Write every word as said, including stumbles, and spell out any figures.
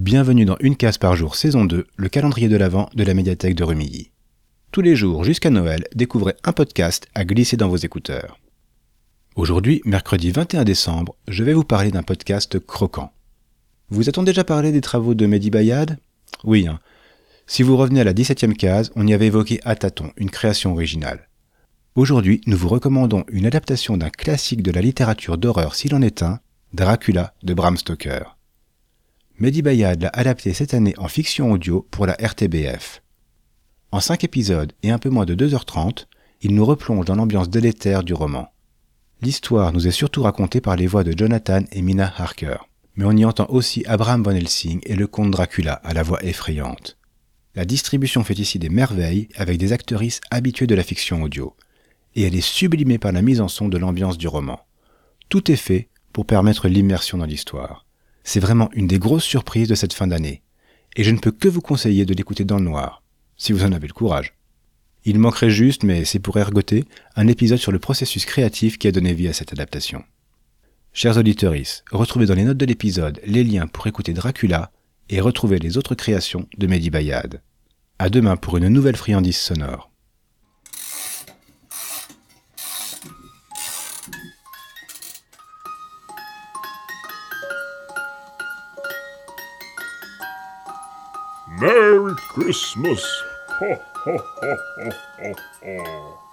Bienvenue dans Une case par jour, saison deux, le calendrier de l'Avent de la médiathèque de Rumilly. Tous les jours jusqu'à Noël, découvrez un podcast à glisser dans vos écouteurs. Aujourd'hui, mercredi vingt et un décembre, je vais vous parler d'un podcast croquant. Vous a-t-on déjà parlé des travaux de Mehdi Bayad ? Oui, hein. Si vous revenez à la dix-septième case, on y avait évoqué à tâtons, une création originale. Aujourd'hui, nous vous recommandons une adaptation d'un classique de la littérature d'horreur s'il en est un, Dracula de Bram Stoker. Mehdi Bayad l'a adapté cette année en fiction audio pour la R T B F. En cinq épisodes et un peu moins de deux heures trente, il nous replonge dans l'ambiance délétère du roman. L'histoire nous est surtout racontée par les voix de Jonathan et Mina Harker, mais on y entend aussi Abraham Van Helsing et le comte Dracula à la voix effrayante. La distribution fait ici des merveilles avec des actrices habituées de la fiction audio, et elle est sublimée par la mise en son de l'ambiance du roman. Tout est fait pour permettre l'immersion dans l'histoire. C'est vraiment une des grosses surprises de cette fin d'année, et je ne peux que vous conseiller de l'écouter dans le noir, si vous en avez le courage. Il manquerait juste, mais c'est pour ergoter, un épisode sur le processus créatif qui a donné vie à cette adaptation. Chers auditeurs, retrouvez dans les notes de l'épisode les liens pour écouter Dracula et retrouver les autres créations de Mehdi Bayad. À demain pour une nouvelle friandise sonore. Merry Christmas! Ho, ho, ho, ho, ho, ho.